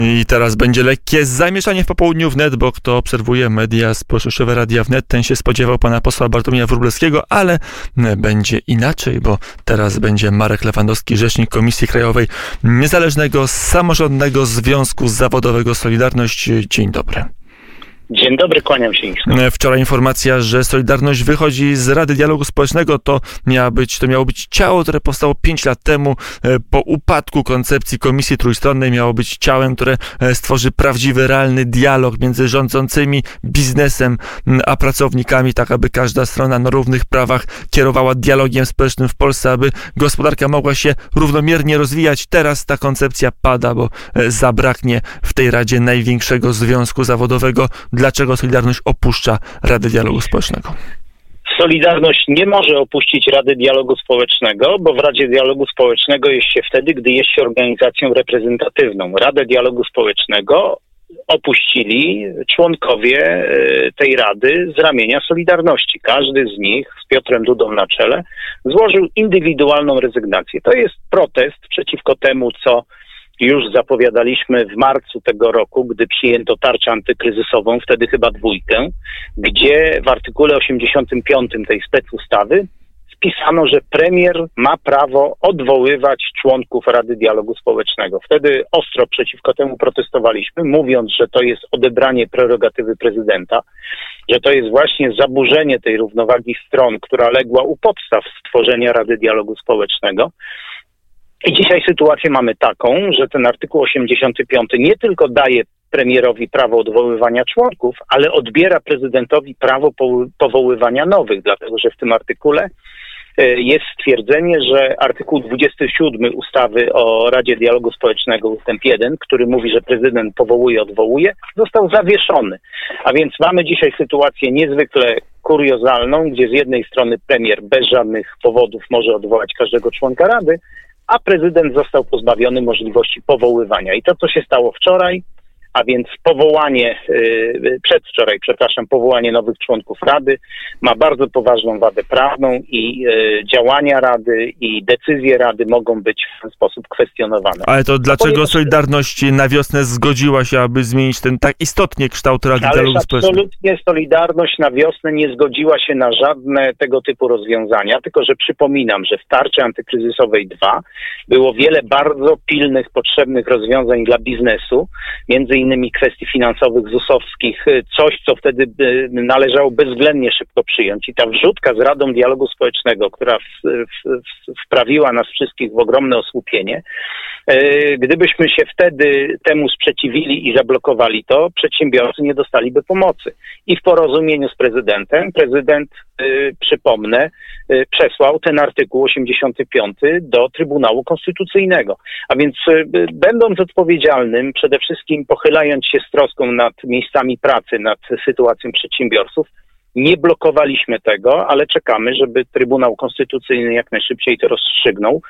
I teraz będzie lekkie zamieszanie w popołudniu wnet, bo kto obserwuje media społecznościowe Radia Wnet, ten się spodziewał pana posła Bartłomieja Wróblewskiego, ale będzie inaczej, bo teraz będzie Marek Lewandowski, rzecznik Komisji Krajowej Niezależnego Samorządnego Związku Zawodowego Solidarność. Dzień dobry. Dzień dobry, kłaniam się nisko. Wczoraj informacja, że Solidarność wychodzi z Rady Dialogu Społecznego. To miało być ciało, które powstało 5 lat temu po upadku koncepcji Komisji Trójstronnej. Miało być ciałem, które stworzy prawdziwy, realny dialog między rządzącymi, biznesem, a pracownikami, tak aby każda strona na równych prawach kierowała dialogiem społecznym w Polsce, aby gospodarka mogła się równomiernie rozwijać. Teraz ta koncepcja pada, bo zabraknie w tej Radzie największego związku zawodowego. Dlaczego Solidarność opuszcza Radę Dialogu Społecznego? Solidarność nie może opuścić Rady Dialogu Społecznego, bo w Radzie Dialogu Społecznego jest się wtedy, gdy jest się organizacją reprezentatywną. Radę Dialogu Społecznego opuścili członkowie tej Rady z ramienia Solidarności. Każdy z nich z Piotrem Dudą na czele złożył indywidualną rezygnację. To jest protest przeciwko temu, co już zapowiadaliśmy w marcu tego roku, gdy przyjęto tarczę antykryzysową, wtedy chyba 2, gdzie w artykule 85 tej specustawy wpisano, że premier ma prawo odwoływać członków Rady Dialogu Społecznego. Wtedy ostro przeciwko temu protestowaliśmy, mówiąc, że to jest odebranie prerogatywy prezydenta, że to jest właśnie zaburzenie tej równowagi stron, która legła u podstaw stworzenia Rady Dialogu Społecznego. I dzisiaj sytuację mamy taką, że ten artykuł 85 nie tylko daje premierowi prawo odwoływania członków, ale odbiera prezydentowi prawo powoływania nowych, dlatego że w tym artykule jest stwierdzenie, że artykuł 27 ustawy o Radzie Dialogu Społecznego ustęp 1, który mówi, że prezydent powołuje, odwołuje, został zawieszony. A więc mamy dzisiaj sytuację niezwykle kuriozalną, gdzie z jednej strony premier bez żadnych powodów może odwołać każdego członka Rady, a prezydent został pozbawiony możliwości powoływania. I to, co się stało wczoraj, a więc powołanie nowych członków Rady ma bardzo poważną wadę prawną i działania Rady i decyzje Rady mogą być w ten sposób kwestionowane. Ale to dlaczego Solidarność na wiosnę zgodziła się, aby zmienić ten tak istotnie kształt Rady Dialogu Społecznego? Absolutnie Solidarność na wiosnę nie zgodziła się na żadne tego typu rozwiązania, tylko że przypominam, że w tarczy antykryzysowej 2 było wiele bardzo pilnych, potrzebnych rozwiązań dla biznesu, między innymi kwestii finansowych, ZUS-owskich, coś, co wtedy należało bezwzględnie szybko przyjąć. I ta wrzutka z Radą Dialogu Społecznego, która wprawiła nas wszystkich w ogromne osłupienie, gdybyśmy się wtedy temu sprzeciwili i zablokowali to, przedsiębiorcy nie dostaliby pomocy. I w porozumieniu z prezydentem, prezydent, przypomnę, przesłał ten artykuł 85 do Trybunału Konstytucyjnego. A więc będąc odpowiedzialnym, przede wszystkim pochylając się z troską nad miejscami pracy, nad sytuacją przedsiębiorców, nie blokowaliśmy tego, ale czekamy, żeby Trybunał Konstytucyjny jak najszybciej to rozstrzygnął.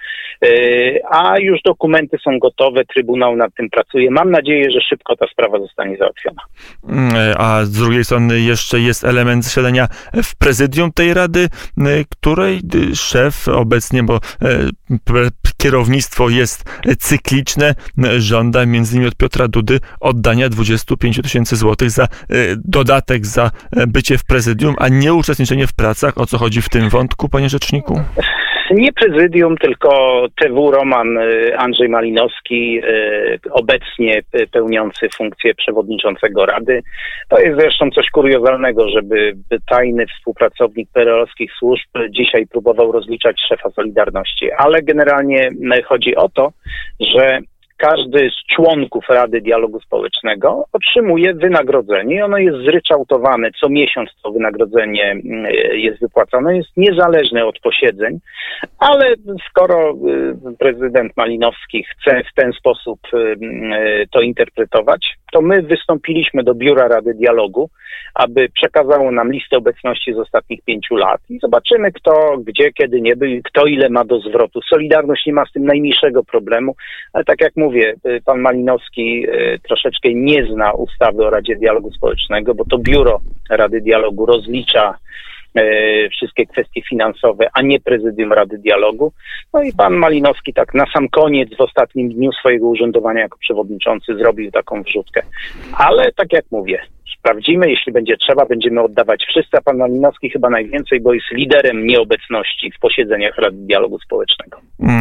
A już dokumenty są gotowe, Trybunał nad tym pracuje. Mam nadzieję, że szybko ta sprawa zostanie załatwiona. A z drugiej strony jeszcze jest element zasiadania w prezydium tej Rady, której szef obecnie, bo kierownictwo jest cykliczne, żąda między innymi od Piotra Dudy oddania 25 000 złotych za dodatek za bycie w prezydium, a nie uczestniczenie w pracach. O co chodzi w tym wątku, panie rzeczniku? Nie prezydium, tylko TW Roman Andrzej Malinowski, obecnie pełniący funkcję przewodniczącego Rady. To jest zresztą coś kuriozalnego, żeby tajny współpracownik PRL-owskich służb dzisiaj próbował rozliczać szefa Solidarności. Ale generalnie chodzi o to, że każdy z członków Rady Dialogu Społecznego otrzymuje wynagrodzenie. Ono jest zryczałtowane. Co miesiąc to wynagrodzenie jest wypłacane. Jest niezależne od posiedzeń, ale skoro prezydent Malinowski chce w ten sposób to interpretować, to my wystąpiliśmy do Biura Rady Dialogu, aby przekazało nam listę obecności z ostatnich 5 lat i zobaczymy, kto gdzie, kiedy nie był i kto ile ma do zwrotu. Solidarność nie ma z tym najmniejszego problemu, ale tak jak mówię, pan Malinowski troszeczkę nie zna ustawy o Radzie Dialogu Społecznego, bo to Biuro Rady Dialogu rozlicza wszystkie kwestie finansowe, a nie prezydium Rady Dialogu. No i pan Malinowski tak na sam koniec, w ostatnim dniu swojego urzędowania jako przewodniczący zrobił taką wrzutkę. Ale tak jak mówię, sprawdzimy, jeśli będzie trzeba, będziemy oddawać wszyscy, a pan Malinowski chyba najwięcej, bo jest liderem nieobecności w posiedzeniach Rady Dialogu Społecznego.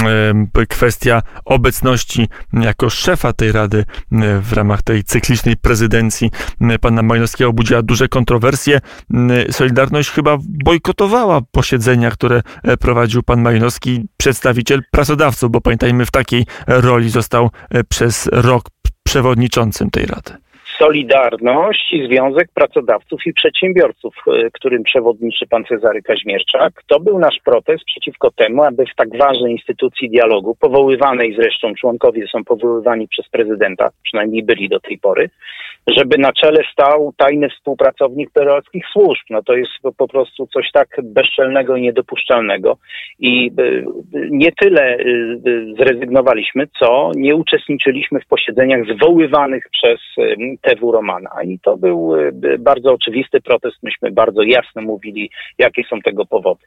Kwestia obecności jako szefa tej Rady w ramach tej cyklicznej prezydencji pana Malinowskiego budziła duże kontrowersje. Solidarność chyba bojkotowała posiedzenia, które prowadził pan Malinowski, przedstawiciel pracodawców, bo pamiętajmy, w takiej roli został przez rok przewodniczącym tej Rady. Solidarność i Związek Pracodawców i Przedsiębiorców, którym przewodniczy pan Cezary Kaźmierczak, to był nasz protest przeciwko temu, aby w tak ważnej instytucji dialogu, powoływanej zresztą, członkowie są powoływani przez prezydenta, przynajmniej byli do tej pory, żeby na czele stał tajny współpracownik peerelowskich służb. No to jest po prostu coś tak bezczelnego i niedopuszczalnego. I nie tyle zrezygnowaliśmy, co nie uczestniczyliśmy w posiedzeniach zwoływanych przez TW Romana. I to był bardzo oczywisty protest. Myśmy bardzo jasno mówili, jakie są tego powody.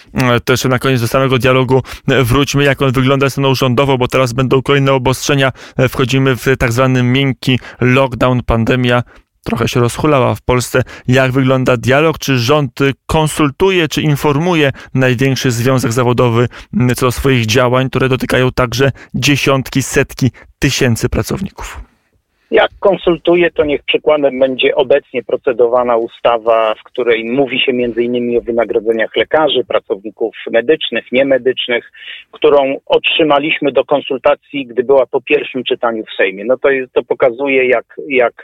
To jeszcze na koniec do samego dialogu wróćmy, jak on wygląda stroną rządową, bo teraz będą kolejne obostrzenia. Wchodzimy w tak zwany miękki lockdown, pandemia trochę się rozhulała w Polsce. Jak wygląda dialog? Czy rząd konsultuje, czy informuje największy związek zawodowy co do swoich działań, które dotykają także dziesiątki, setki tysięcy pracowników? Jak konsultuję, to niech przykładem będzie obecnie procedowana ustawa, w której mówi się m.in. o wynagrodzeniach lekarzy, pracowników medycznych, niemedycznych, którą otrzymaliśmy do konsultacji, gdy była po pierwszym czytaniu w Sejmie. No to pokazuje, jak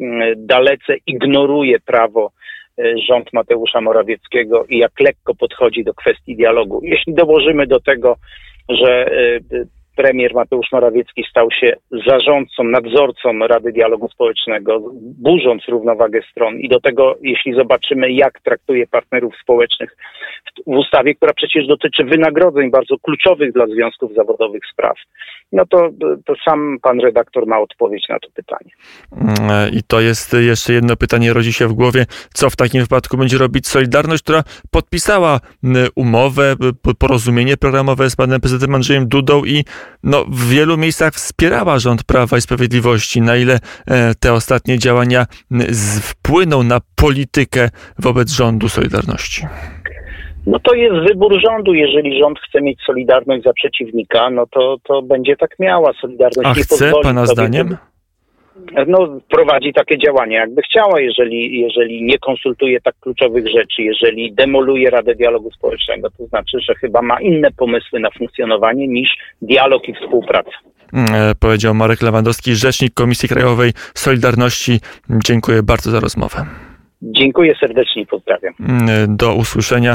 dalece ignoruje prawo rząd Mateusza Morawieckiego i jak lekko podchodzi do kwestii dialogu. Jeśli dołożymy do tego, że premier Mateusz Morawiecki stał się zarządcą, nadzorcą Rady Dialogu Społecznego, burząc równowagę stron i do tego, jeśli zobaczymy, jak traktuje partnerów społecznych w ustawie, która przecież dotyczy wynagrodzeń bardzo kluczowych dla związków zawodowych spraw, no to sam pan redaktor ma odpowiedź na to pytanie. I to jest jeszcze jedno pytanie, rodzi się w głowie. Co w takim wypadku będzie robić Solidarność, która podpisała umowę, porozumienie programowe z panem prezydentem Andrzejem Dudą i w wielu miejscach wspierała rząd Prawa i Sprawiedliwości. Na ile te ostatnie działania wpłyną na politykę wobec rządu Solidarności? No to jest wybór rządu. Jeżeli rząd chce mieć Solidarność za przeciwnika, no to będzie tak miała. Solidarność nie pozwoli. A chce, pana zdaniem? Prowadzi takie działania, jakby chciała, jeżeli nie konsultuje tak kluczowych rzeczy, jeżeli demoluje Radę Dialogu Społecznego, to znaczy, że chyba ma inne pomysły na funkcjonowanie niż dialog i współpraca. Powiedział Marek Lewandowski, rzecznik Komisji Krajowej Solidarności. Dziękuję bardzo za rozmowę. Dziękuję serdecznie i pozdrawiam. Do usłyszenia.